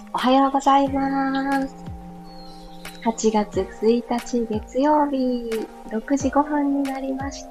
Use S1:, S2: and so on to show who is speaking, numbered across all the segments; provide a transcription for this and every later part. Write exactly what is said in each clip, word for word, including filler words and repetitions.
S1: おはようございます。はちがつついたち月曜日、ろくじごふんになりました。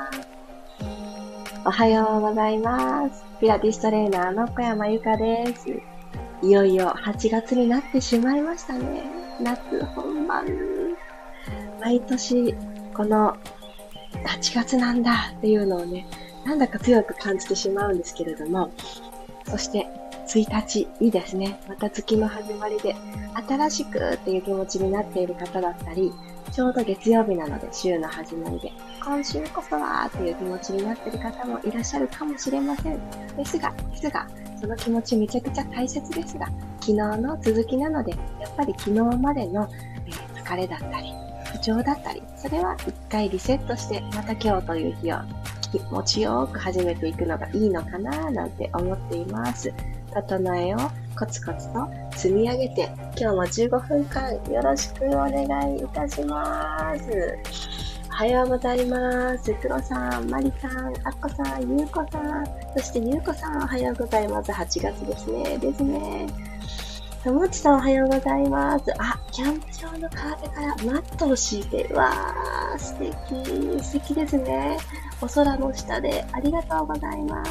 S1: おはようございます。ピラティストレーナーの小山由かです。いよいよはちがつになってしまいましたね。夏本番。毎年このはちがつなんだっていうのをね、なんだか強く感じてしまうんですけれども、そしてついたち、いいですね。また月の始まりで、新しくっていう気持ちになっている方だったり、ちょうど月曜日なので週の始まりで、今週こそはっていう気持ちになっている方もいらっしゃるかもしれません。ですが、ですが、その気持ちめちゃくちゃ大切ですが、昨日の続きなので、やっぱり昨日までの、えー、疲れだったり、不調だったり、それは一回リセットして、また今日という日を気持ちよく始めていくのがいいのかななんて思っています。整えをコツコツと積み上げて、今日もじゅうごふんかんよろしくお願いいたします。おはようございます。黒さん、まりさん、あっこさん、ゆうこさん、そしてゆうこさんおはようございます。はちがつですね。ですね。ともちさんおはようございます。あ、キャンプ場のカーペからマットを敷いて、わー、素敵、素敵ですね。お空の下でありがとうございます。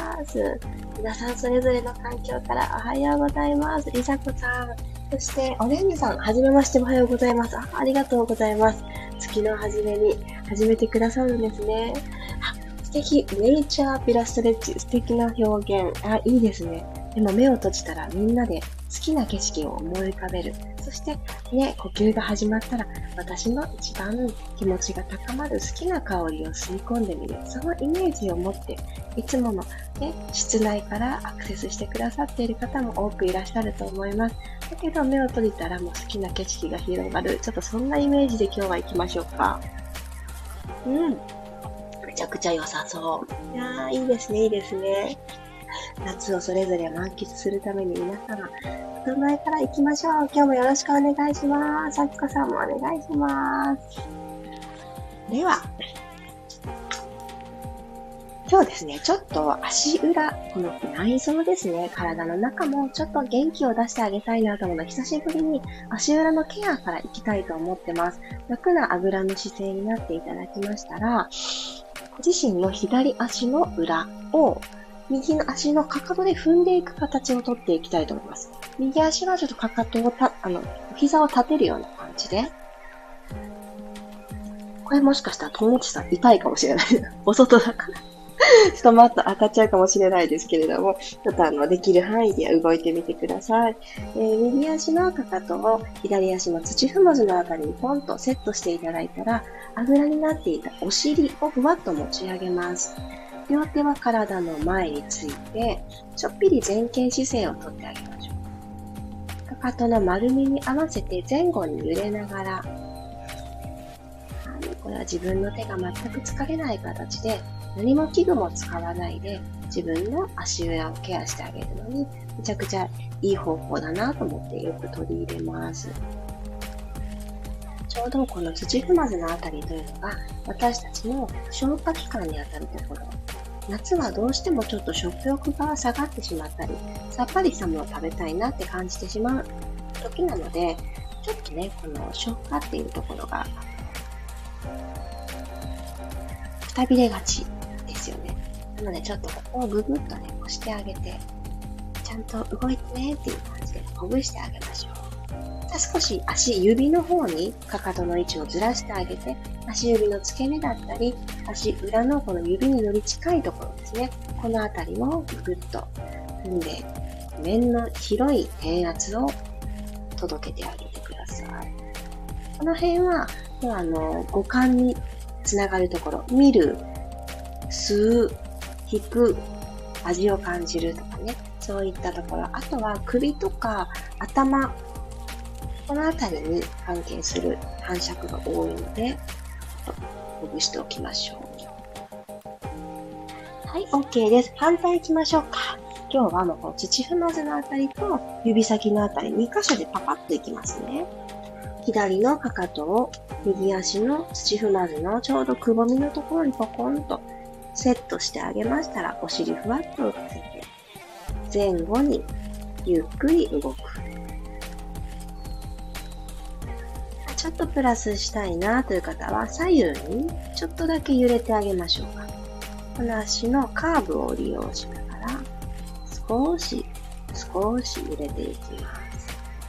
S1: 皆さんそれぞれの環境からおはようございます。りさこさん、そしてオレンジさん、はじめましておはようございます。あ、ありがとうございます。月の初めに始めてくださるんですね。あ、素敵、ネイチャーピラストレッチ、素敵な表現。あ、いいですね。でも目を閉じたらみんなで好きな景色を思い浮かべる。そしてね、呼吸が始まったら私の一番気持ちが高まる好きな香りを吸い込んでみる。そのイメージを持っていつもの、ね、室内からアクセスしてくださっている方も多くいらっしゃると思います。だけど目を閉じたらもう好きな景色が広がる。ちょっとそんなイメージで今日は行きましょうか。うん。めちゃくちゃ良さそう。いやー、いいですね、いいですね。夏をそれぞれ満喫するために皆様、整えから行きましょう。今日もよろしくお願いします。あきこさんもお願いします。では、今日ですね、ちょっと足裏、この内臓ですね、体の中もちょっと元気を出してあげたいなと思うので、久しぶりに足裏のケアから行きたいと思ってます。楽なあぐらの姿勢になっていただきましたら、ご自身の左足の裏を右の足のかかとで踏んでいく形をとっていきたいと思います。右足はちょっとかかとをた、あの、膝を立てるような感じで。これもしかしたらともちさん痛いかもしれない。お外だから。ちょっとマット当たっちゃうかもしれないですけれども、ちょっとあの、できる範囲で動いてみてください。えー、右足のかかとを左足の土踏まずのあたりにポンとセットしていただいたら、あぐらになっていたお尻をふわっと持ち上げます。両手は体の前について、ちょっぴり前傾姿勢をとってあげましょう。かかとの丸みに合わせて前後に揺れながら、これは自分の手が全く疲れない形で、何も器具も使わないで、自分の足裏をケアしてあげるのに、めちゃくちゃいい方法だなと思ってよく取り入れます。ちょうどこの土踏まずのあたりというのが、私たちの消化器官にあたるところ。夏はどうしてもちょっと食欲が下がってしまったり、さっぱりしたものを食べたいなって感じてしまう時なので、ちょっとね、この消化っていうところが、くたびれがちですよね。なのでちょっとここをぐぐっとね、押してあげて、ちゃんと動いてねっていう感じでほぐしてあげましょう。少し足指の方にかかとの位置をずらしてあげて、足指の付け根だったり、足裏のこの指により近いところですね。このあたりもぐぐっと踏んで、面の広い電圧を届けてあげてください。この辺は、もうあの、五感につながるところ、見る、吸う、引く、味を感じるとかね、そういったところ。あとは首とか頭、このあたりに関係する反射区が多いので、ほぐしておきましょう。はい、OK です。反対行きましょうか。今日はもうこの土踏まずのあたりと指先のあたりに箇所でパパッといきますね。左のかかとを右足の土踏まずのちょうどくぼみのところにポコンとセットしてあげましたら、お尻ふわっと浮かせて、前後にゆっくり動く。 ちょっとプラスしたいなという方は、左右にちょっとだけ揺れてあげましょうか。この足のカーブを利用しながら、少し、少し揺れていきます。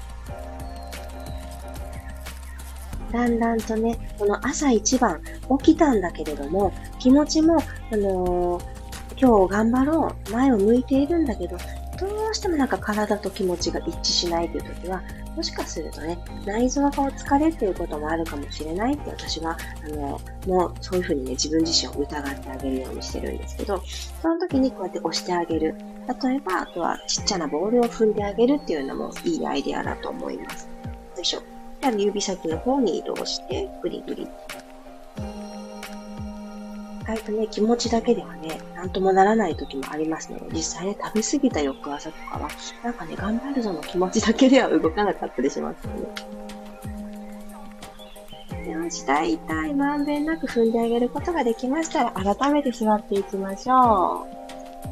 S1: だんだんとね、この朝一番起きたんだけれども、気持ちも、あのー、今日頑張ろう、前を向いているんだけど、どうしてもなんか体と気持ちが一致しないという時は、もしかするとね、内臓がお疲れっていうこともあるかもしれないって私は、あの、もうそういうふうにね、自分自身を疑ってあげるようにしてるんですけど、その時にこうやって押してあげる。例えば、あとはちっちゃなボールを踏んであげるっていうのもいいアイデアだと思います。よいしょ。じゃあ指先の方に移動して、グリグリ。意外とね、気持ちだけではね、なんともならない時もありますので、実際ね、食べ過ぎた翌朝とかは、なんかね、頑張るぞの気持ちだけでは動かなかったりしますよね。よし、大体まんべんなく踏んであげることができましたら、改めて座っていきましょう。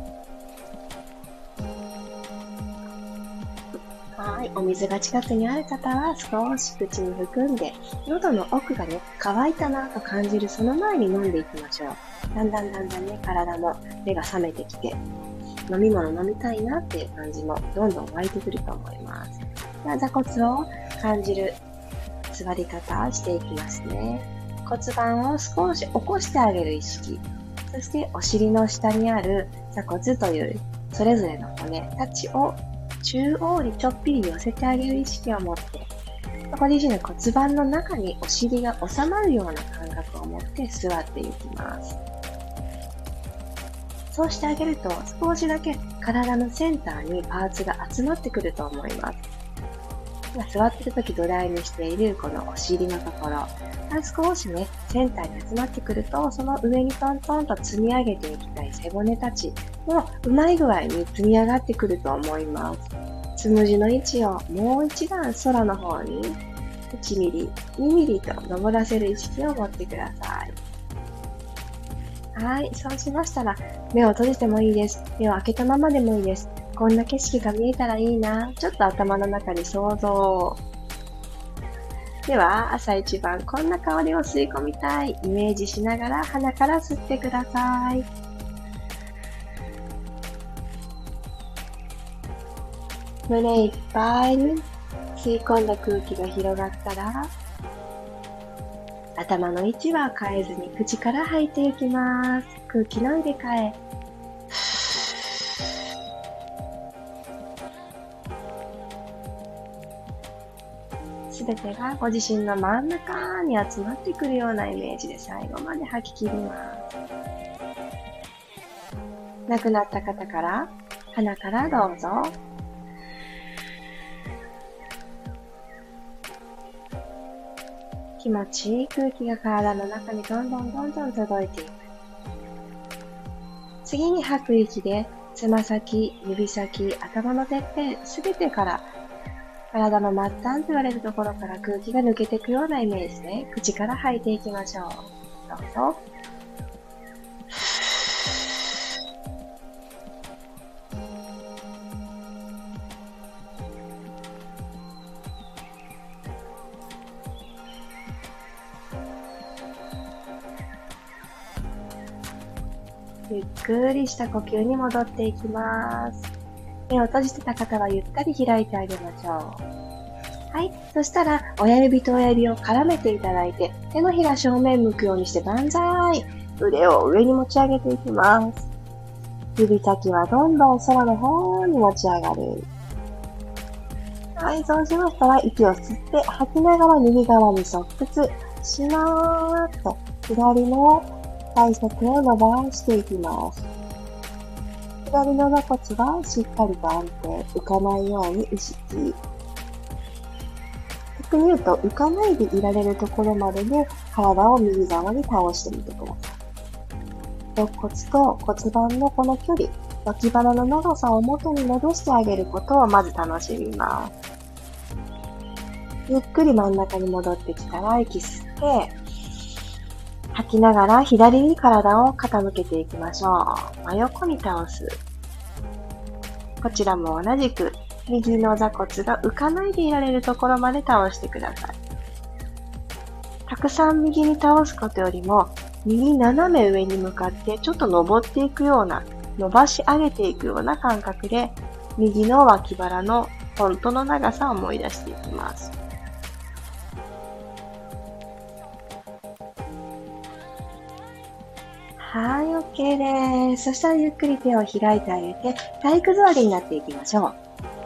S1: はい、お水が近くにある方は少し口に含んで、喉の奥がね、乾いたなと感じるその前に飲んでいきましょう。だんだんだんだんね、体も目が覚めてきて、飲み物飲みたいなっていう感じもどんどん湧いてくると思います。では座骨を感じる座り方をしていきますね。骨盤を少し起こしてあげる意識。そしてお尻の下にある座骨というそれぞれの骨たちを中央にちょっぴり寄せてあげる意識を持って、ご自身の骨盤の中にお尻が収まるような感覚を持って座っていきます。そうしてあげると少しだけ体のセンターにパーツが集まってくると思います。今座っている時土台にしているこのお尻のところ、少しね、センターに集まってくると、その上にトントンと積み上げていきたい背骨たちもうまい具合に積み上がってくると思います。つむじの位置をもう一段空の方にいちミリ、にミリと登らせる意識を持ってください。はい、そうしましたら目を閉じてもいいです。目を開けたままでもいいです。こんな景色が見えたらいいな。ちょっと頭の中に想像を。では、朝一番こんな香りを吸い込みたい。イメージしながら鼻から吸ってください。胸いっぱいに吸い込んだ空気が広がったら、頭の位置は変えずに口から吐いていきます。空気の入れ替え。すべてがご自身の真ん中に集まってくるようなイメージで最後まで吐き切ります。亡くなった方から鼻からどうぞ。気持ちいい空気が体の中にどんどんどんどん届いていく。次に吐く息でつま先、指先、頭のてっぺんすべてから体の末端と言われるところから空気が抜けていくようなイメージで口から吐いていきましょう。どうぞ。ゆっくりした呼吸に戻っていきます。目を閉じてた方はゆったり開いてあげましょう。はい。そしたら、親指と親指を絡めていただいて、手のひら正面向くようにして万歳。腕を上に持ち上げていきます。指先はどんどん空の方に持ち上がる。はい。そうしましたら、息を吸って吐きながら右側に側屈。しまーっと左の体側を伸ばしていきます。左の座骨がしっかりと安定、浮かないように意識。逆に言うと、浮かないでいられるところまでで体を右側に倒してみてください。肋骨と骨盤のこの距離、脇腹の長さを元に戻してあげることをまず楽しみます。ゆっくり真ん中に戻ってきたら息吸って、吐きながら左に体を傾けていきましょう。真横に倒す。こちらも同じく右の座骨が浮かないでいられるところまで倒してください。 たくさん右に倒すことよりも、右斜め上に向かってちょっと登っていくような、伸ばし上げていくような感覚で、右の脇腹の本当の長さを思い出していきます。はい、OK です。そしたらゆっくり手を開いてあげて、体育座りになっていきましょう。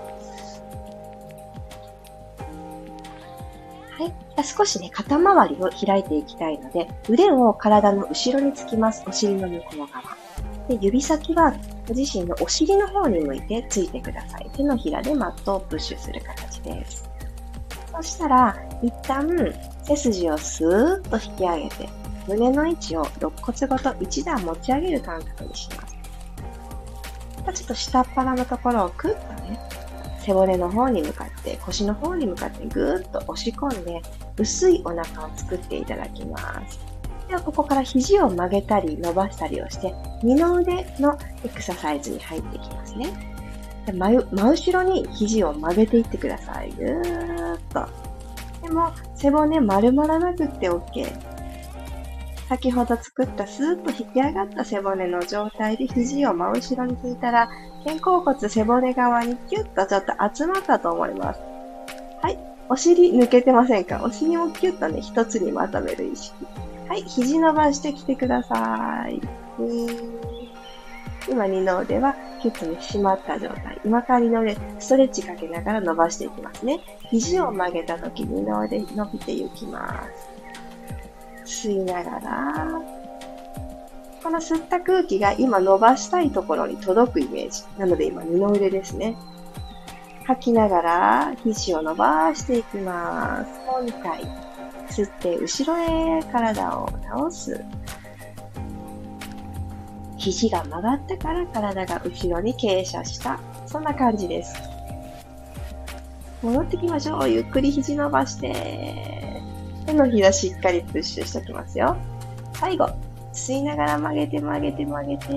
S1: はい。少しね、肩周りを開いていきたいので、腕を体の後ろにつきます。お尻の向こう側。で、指先はご自身のお尻の方に向いてついてください。手のひらでマットをプッシュする形です。そしたら、一旦背筋をスーッと引き上げて、胸の位置を肋骨ごと一段持ち上げる感覚にします。ちょっと下っ腹のところをクッとね、背骨の方に向かって、腰の方に向かってぐーっと押し込んで、薄いお腹を作っていただきます。では、ここから肘を曲げたり伸ばしたりをして、二の腕のエクササイズに入っていきますね。で 真, 真後ろに肘を曲げていってください。ぐーっと。でも、背骨丸まらなくって OK。先ほど作ったスーッと引き上がった背骨の状態で肘を真後ろに引いたら、肩甲骨背骨側にキュッとちょっと集まったと思います。はい。お尻抜けてませんか？お尻もキュッとね、一つにまとめる意識。はい。肘伸ばしてきてください。今、二の腕はキュッとね、締まった状態。今から二の腕、ストレッチかけながら伸ばしていきますね。肘を曲げたとき、二の腕伸びていきます。吸いながら、この吸った空気が今伸ばしたいところに届くイメージ。なので今二の腕ですね。吐きながら肘を伸ばしていきます。もうにかい。吸って後ろへ体を倒す。肘が曲がってから体が後ろに傾斜した。そんな感じです。戻ってきましょう。ゆっくり肘伸ばして。手のひらしっかりプッシュしておきますよ。最後、吸いながら曲げて曲げて曲げて。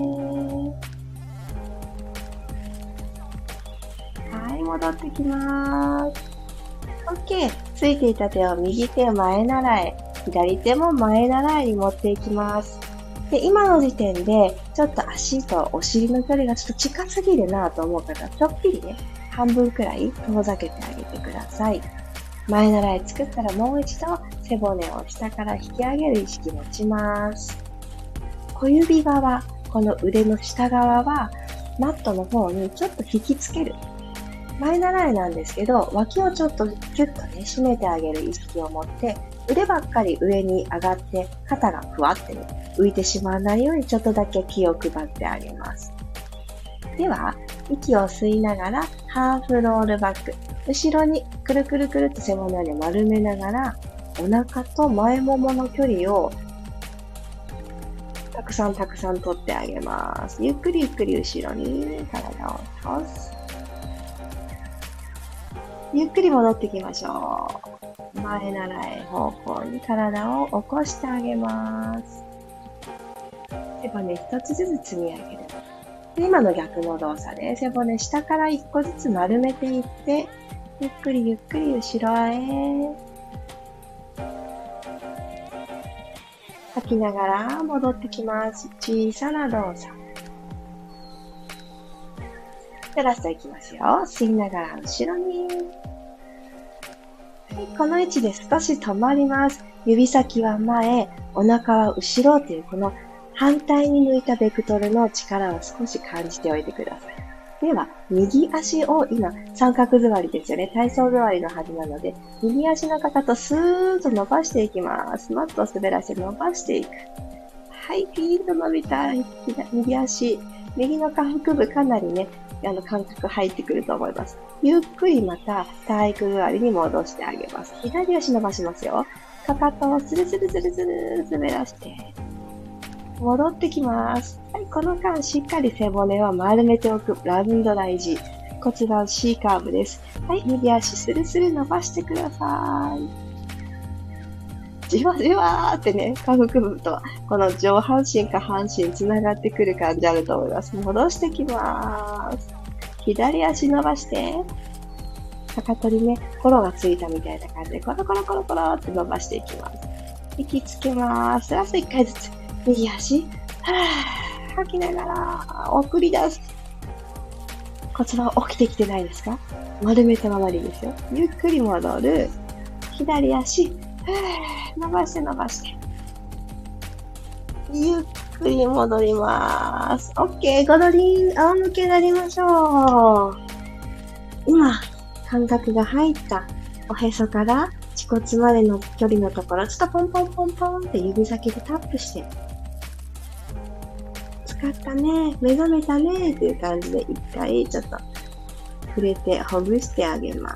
S1: はい、戻ってきます。OK。ついていた手を右手前習い、左手も前習いに持っていきます。で、今の時点で、ちょっと足とお尻の距離がちょっと近すぎるなと思う方は、ちょっぴりね、半分くらい遠ざけてあげてください。前習い作ったらもう一度背骨を下から引き上げる意識持ちます。小指側、この腕の下側はマットの方にちょっと引きつける。前習いなんですけど、脇をちょっとキュッとね、締めてあげる意識を持って、腕ばっかり上に上がって肩がふわってね、浮いてしまわないようにちょっとだけ気を配ってあげます。では、息を吸いながらハーフロールバック。後ろにくるくるくるっと背骨をね、丸めながら、お腹と前ももの距離をたくさんたくさん取ってあげます。ゆっくりゆっくり後ろに体を倒す。ゆっくり戻ってきましょう。前習い方向に体を起こしてあげます。背骨一つずつ積み上げる。で今の逆の動作で背骨下から一個ずつ丸めていって、ゆっくりゆっくり後ろへ。吐きながら戻ってきます。小さな動作。で、ラストいきますよ。吸いながら後ろに。はい、この位置で少し止まります。指先は前、お腹は後ろというこの反対に向いたベクトルの力を少し感じておいてください。では、右足を今、三角座りですよね。体操座りのはずなので、右足のかかとスーッと伸ばしていきます。マットを滑らして伸ばしていく。はい、ピーンと伸びた右足。右の下腹部かなりね、あの感覚入ってくると思います。ゆっくりまた体育座りに戻してあげます。左足伸ばしますよ。かかとをスルスルスルスル滑らして。戻ってきます。はい、この間しっかり背骨を丸めておく。ラウンド大事。骨盤 C カーブです。はい、右足スルスル伸ばしてください。じわじわーってね、下腹部とこの上半身下半身つながってくる感じあると思います。戻してきます。左足伸ばして。 かかとにね、コロがついたみたいな感じで、コロコロコロコロって伸ばしていきます。息つけます。ラストいっかいずつ。右足、はぁ、吐きながら、送り出す。骨盤起きてきてないですか？丸めたままでいいですよ。ゆっくり戻る。左足、伸ばして伸ばして。ゆっくり戻ります。OK。ゴドリン、仰向けになりましょう。今、感覚が入ったおへそから恥骨までの距離のところ、ちょっとポンポンポンポンって指先でタップして、使ったね、目覚めたねっていう感じで一回ちょっと触れてほぐしてあげます。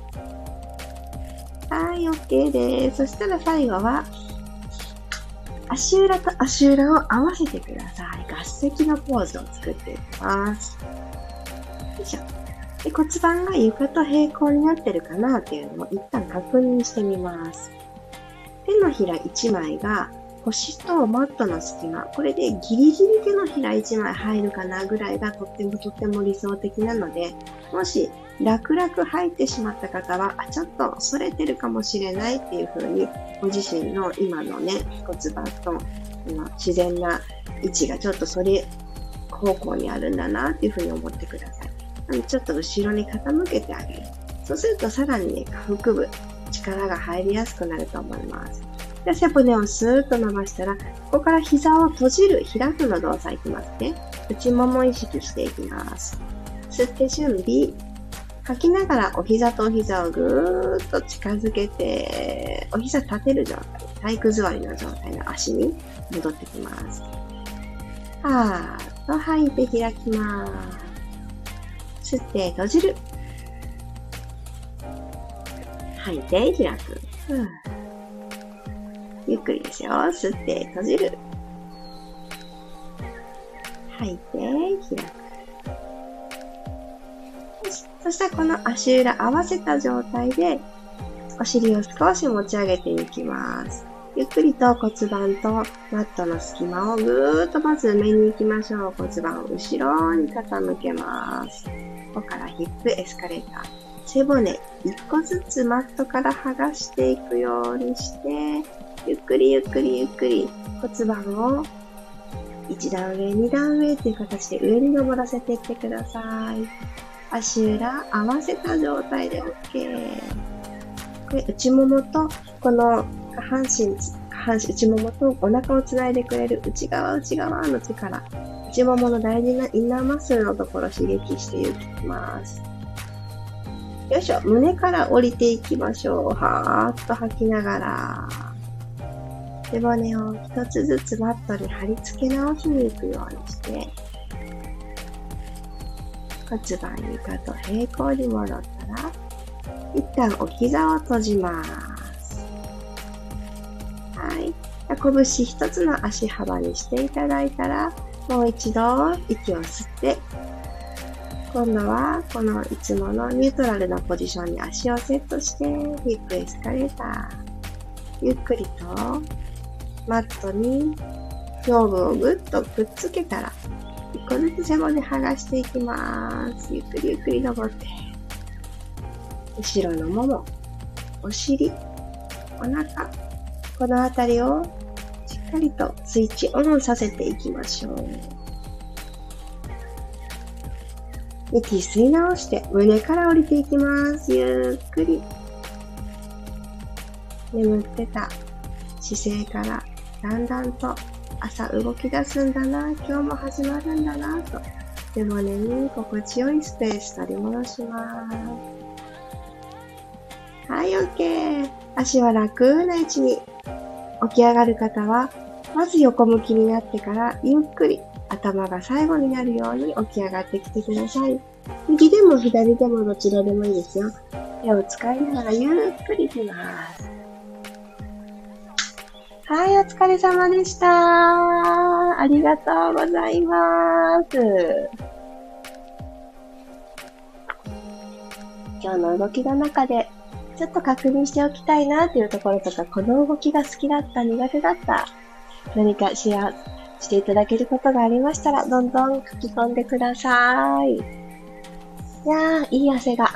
S1: はい、OK です。そしたら最後は、足裏と足裏を合わせてください。合石のポーズを作っていきます。よいしょ。で、骨盤が床と平行になってるかなっていうのを一旦確認してみます。手のひらいちまいが腰とマットの隙間、これでギリギリ手のひらいちまい入るかなぐらいがとってもとっても理想的なので、もし楽々入ってしまった方は、あ、ちょっと反れてるかもしれないっていう風に、ご自身の今のね、骨盤と自然な位置がちょっとそれ方向にあるんだなっていう風に思ってください。ちょっと後ろに傾けてあげる。そうするとさらにね、下腹部、力が入りやすくなると思います。で、背骨をスーッと伸ばしたら、ここから膝を閉じる、開くの動作いきますね。内もも意識していきます。吸って準備。吐きながらお膝とお膝をぐーっと近づけて、お膝立てる状態、体育座りの状態の足に戻ってきます。はーっと吐いて開きます。吸って閉じる。吐いて開く。うん、ゆっくりですよ。吸って閉じる。吐いて開く。そしたらこの足裏合わせた状態でお尻を少し持ち上げていきます。ゆっくりと骨盤とマットの隙間をぐーっとまず埋めに行きましょう。骨盤を後ろに傾けます。ここからヒップエスカレーター。背骨一個ずつマットから剥がしていくようにして、ゆっくりゆっくりゆっくり骨盤を一段上、二段上という形で上に登らせていってください。足裏合わせた状態で OK。これ内ももとこの下半身、下半身、内ももとお腹をつないでくれる内側内側の力、内ももの大事なインナーマッスルのところを刺激していきます。よいしょ、胸から降りていきましょう。はーっと吐きながら。背骨を一つずつマットに貼り付け直しに行くようにして、骨盤床と平行に戻ったら、一旦お膝を閉じます。はい。拳一つの足幅にしていただいたら、もう一度息を吸って、今度はこのいつものニュートラルなポジションに足をセットして、ヒップエスカレーター。ゆっくりとマットに胸部をぐっとくっつけたら、一個ずつ背骨剥がしていきます。ゆっくりゆっくり登って。後ろのもも、お尻、お腹、このあたりをしっかりとスイッチオンさせていきましょう。息吸い直して胸から降りていきます。ゆっくり。眠ってた姿勢からだんだんと朝動き出すんだな、今日も始まるんだなと背骨に心地よいスペース取り戻します。はい、OK。足は楽な位置に起き上がる方は、まず横向きになってからゆっくり頭が最後になるように起き上がってきてください。右でも左でもどちらでもいいですよ。手を使いながらゆっくりいきます。はい、お疲れ様でした。ありがとうございます。今日の動きの中で、ちょっと確認しておきたいなっていうところとか、この動きが好きだった、苦手だった、何かシェアしていただけることがありましたら、どんどん書き込んでください。いやー、いい汗が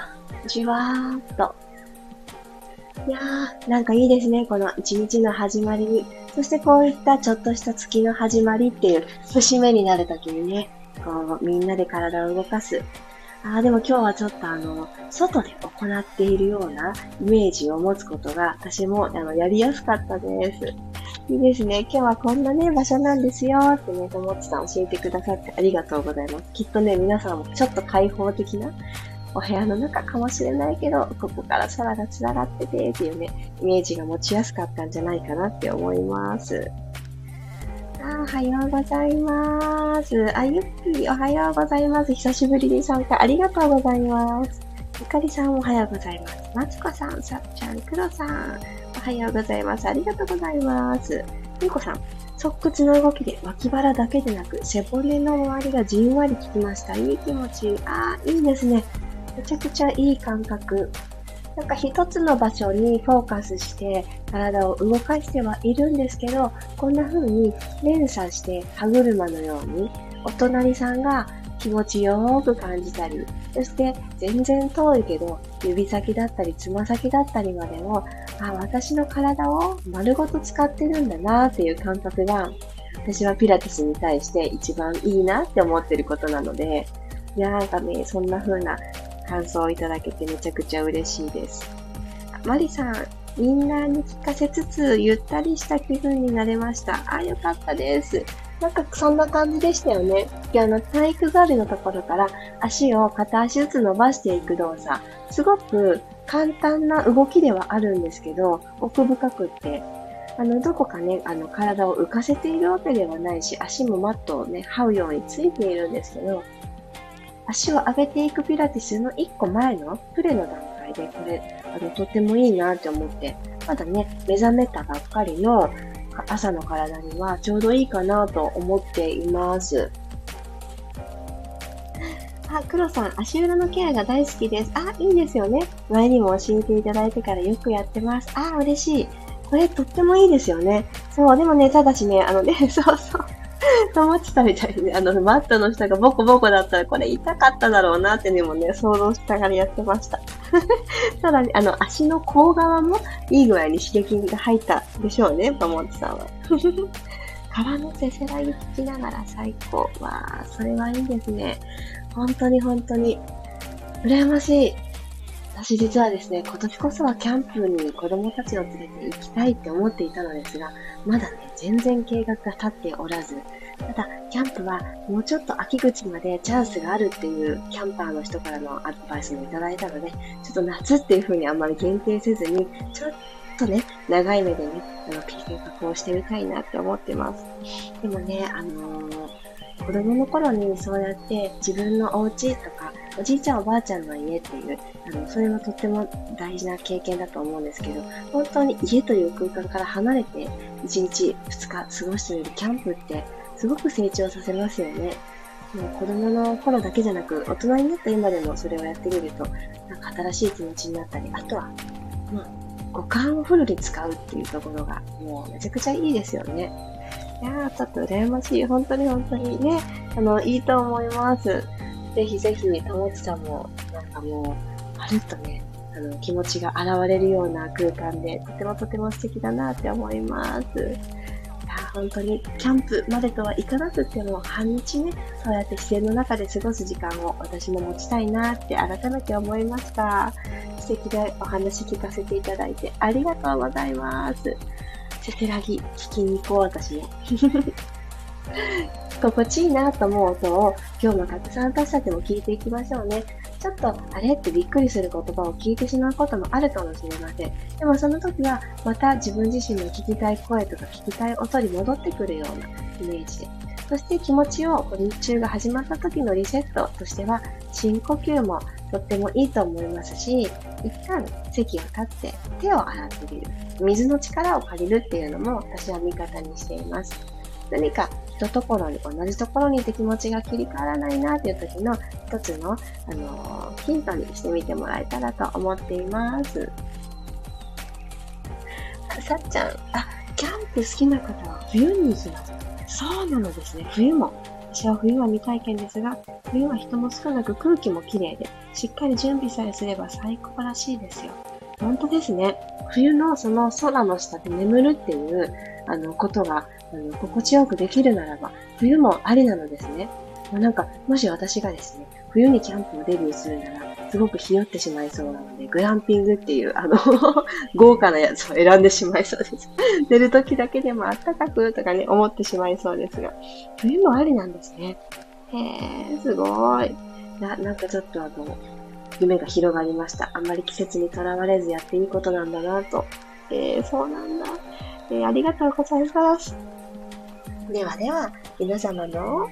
S1: じわーっと。いやー、なんかいいですね。この一日の始まりに。そしてこういったちょっとした月の始まりっていう節目になるときにね、こうみんなで体を動かす。ああ、でも今日はちょっとあの、外で行っているようなイメージを持つことが私もあのやりやすかったです。いいですね。今日はこんなね、場所なんですよってね、ともちさん教えてくださってありがとうございます。きっとね、皆さんもちょっと開放的なお部屋の中かもしれないけど、ここから空が繋がっててっていうね、イメージが持ちやすかったんじゃないかなって思います。あ、おはようございます。あ、ゆっくりおはようございます。久しぶりに参加ありがとうございます。ゆかりさんおはようございます。まつこさん、さっちゃん、くろさん、おはようございます。ありがとうございます。みこさん、側屈の動きで脇腹だけでなく背骨の周りがじんわり効きました。いい気持ちいい。あー、いいですね。めちゃくちゃいい感覚。なんか一つの場所にフォーカスして体を動かしてはいるんですけど、こんな風に連鎖して歯車のようにお隣さんが気持ちよーく感じたり、そして全然遠いけど指先だったりつま先だったりまでも、あ、私の体を丸ごと使ってるんだなっていう感覚が、私はピラティスに対して一番いいなって思ってることなので、いやなんかね、そんな風な感想をいただけてめちゃくちゃ嬉しいです。マリさん、インナーに効かせつつゆったりした気分になれました。あ、よかったです。なんかそんな感じでしたよね。あの体育座りのところから足を片足ずつ伸ばしていく動作。すごく簡単な動きではあるんですけど、奥深くって、あの、どこかね、あの、体を浮かせているわけではないし、足もマットをね、這うようについているんですけど、足を上げていくピラティスの一個前のプレの段階で、これ、あの、とってもいいなって思って、まだね、目覚めたばっかりの朝の体にはちょうどいいかなと思っています。あ、黒さん、足裏のケアが大好きです。あ、いいですよね。前にも教えていただいてからよくやってます。あ、嬉しい。これとってもいいですよね。そう、でもね、ただしね、あのね、そうそう。と思ってたみたいにね、あの、マットの下がボコボコだったらこれ痛かっただろうなってねもね、想像しながらやってました。ただね、あの、足の甲側もいい具合に刺激が入ったでしょうね、ともちさんは。川のせせらぎ聞きながら最高。わー、それはいいですね。本当に本当に。羨ましい。私実はですね、今年こそはキャンプに子供たちを連れて行きたいって思っていたのですが、まだね、全然計画が立っておらず、ただ、キャンプはもうちょっと秋口までチャンスがあるっていうキャンパーの人からのアドバイスもいただいたので、ちょっと夏っていう風にあんまり限定せずに、ちょっとね、長い目でね、あの、計画をしてみたいなって思ってます。でもね、あのー、子供の頃にそうやって自分のお家とか、おじいちゃんおばあちゃんの家っていう、あの、それもとっても大事な経験だと思うんですけど、本当に家という空間から離れて、いちにちふつか過ごしてみるキャンプって、すごく成長させますよね。もう子供の頃だけじゃなく、大人になった今でもそれをやってみると、なんか新しい気持ちになったり、あとは、まあ、五感をフルに使うっていうところが、もうめちゃくちゃいいですよね。いやー、ちょっと羨ましい。本当に本当にね、あの、いいと思います。ぜひぜひ、ともちさんも、なんかもう、まるっとね、あの、気持ちが現れるような空間で、とてもとても素敵だなって思います。いやー、本当に、キャンプまでとはいかなくても、半日ね、そうやって自然の中で過ごす時間を私も持ちたいなって改めて思いました。素敵なお話聞かせていただいてありがとうございます。せせらぎ聞きに行こう、私も。心地いいなと思う音を今日もたくさん私たちも聞いていきましょうね。ちょっとあれってびっくりする言葉を聞いてしまうこともあるかもしれません。でもその時はまた自分自身の聞きたい声とか聞きたい音に戻ってくるようなイメージで。そして気持ちを日中が始まった時のリセットとしては深呼吸もとってもいいと思いますし、一旦席を立って手を洗ってみる。水の力を借りるっていうのも私は味方にしています。何か一ところに、同じところにいて気持ちが切り替わらないなっていう時の一つの、あのー、ヒントにしてみてもらえたらと思っています。さっちゃん、あ、キャンプ好きな方は冬に行きます。そうなのですね。冬も。私は冬は未体験ですが、冬は人も少なく空気もきれいで、 しっかり準備さえすれば最高らしいですよ。本当ですね。冬のその空の下で眠るっていう、あの、ことが、あの、心地よくできるならば、冬もありなのですね。まあ、なんか、もし私がですね、冬にキャンプをデビューするなら、すごくひよってしまいそうなので、グランピングっていう、あの、豪華なやつを選んでしまいそうです。寝る時だけでもあったかくとかね、思ってしまいそうですが、冬もありなんですね。へー、すごい。な、なんかちょっとあの、夢が広がりました。あんまり季節にとらわれずやっていいことなんだなと。えー、そうなんだ。えー、ありがとうございます。ではでは、皆様の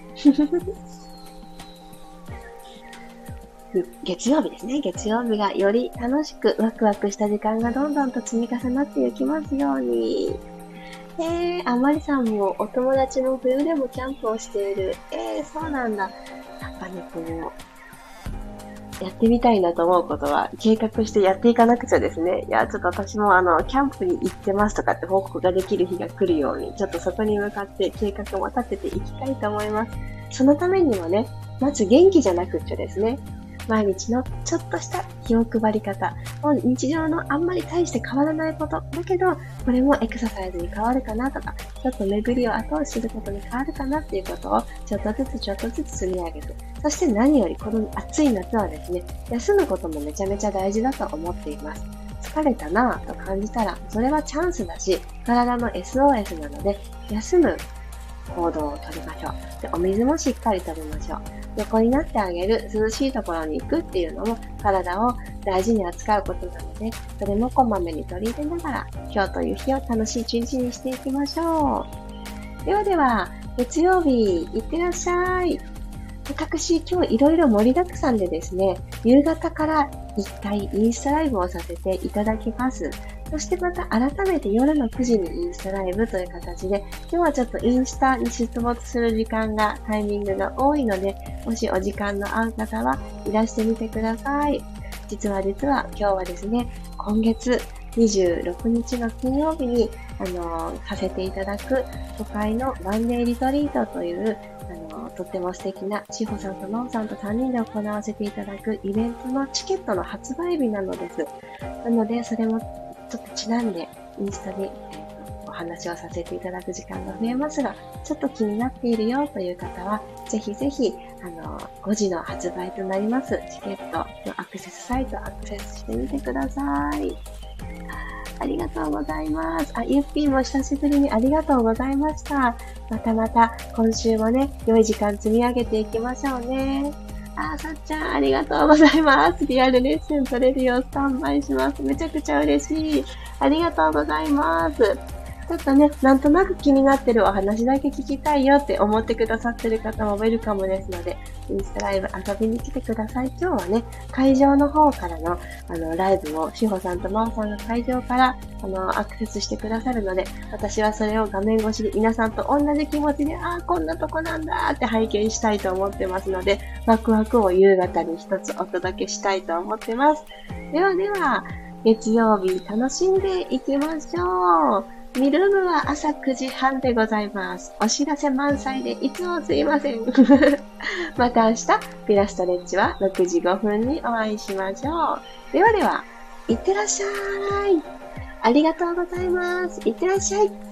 S1: 月曜日ですね。月曜日がより楽しくワクワクした時間がどんどんと積み重なっていきますように。えー、あまりさんもお友達の冬でもキャンプをしている。えー、そうなんだ。やっぱりこう、やってみたいなと思うことは計画してやっていかなくちゃですね。いや、ちょっと私もあの、キャンプに行ってますとかって報告ができる日が来るように、ちょっとそこに向かって計画も立てていきたいと思います。そのためにもね、まず元気じゃなくっちゃですね。毎日のちょっとした気を配り方、日常のあんまり大して変わらないこと、だけど、これもエクササイズに変わるかなとか、ちょっと巡りを後押しすることに変わるかなっていうことを、ちょっとずつちょっとずつ積み上げて、そして何よりこの暑い夏はですね、休むこともめちゃめちゃ大事だと思っています。疲れたなぁと感じたら、それはチャンスだし、体の エスオーエス なので、休む行動をとりましょう。で、お水もしっかりとりましょう。横になってあげる、涼しいところに行くっていうのも体を大事に扱うことなので、それもこまめに取り入れながら、今日という日を楽しい一日にしていきましょう。ではでは、月曜日、いってらっしゃい。私、今日いろいろ盛りだくさんでですね、夕方から一回インスタライブをさせていただきます。そしてまた改めて夜のくじにインスタライブという形で、今日はちょっとインスタに出没する時間が、タイミングが多いので、もしお時間の合う方はいらしてみてください。実は実は今日はですね、今月にじゅうろくにちの金曜日に、あのー、させていただく初回のワンデイリトリートという、あのー、とっても素敵なしほさんとのんさんとさんにんで行わせていただくイベントのチケットの発売日なのです。なので、それもちょっとちなんでインスタで、えー、お話をさせていただく時間が増えますが、ちょっと気になっているよという方は、ぜひぜひ、あのー、ごじの発売となりますチケットのアクセスサイトアクセスしてみてください。ありがとうございます。あ、ゆっぴーも久しぶりにありがとうございました。またまた今週もね、良い時間積み上げていきましょうね。あ、さっちゃんありがとうございます。リアルレッスン取れるようスタンバイします。めちゃくちゃ嬉しい。ありがとうございます。ちょっとね、なんとなく気になってるお話だけ聞きたいよって思ってくださってる方もウェルカムですので、インスタライブ遊びに来てください。今日はね、会場の方からの、あの、ライブも、しほさんとまおさんが会場から、あの、アクセスしてくださるので、私はそれを画面越しで皆さんと同じ気持ちで、ああ、こんなとこなんだって拝見したいと思ってますので、ワクワクを夕方に一つお届けしたいと思ってます。ではでは、月曜日楽しんでいきましょう。ミルームは朝くじはんでございます。お知らせ満載でいつもすいません。また明日、ピラストレッチはろくじごふんにお会いしましょう。ではでは、いってらっしゃい。ありがとうございます。いってらっしゃい。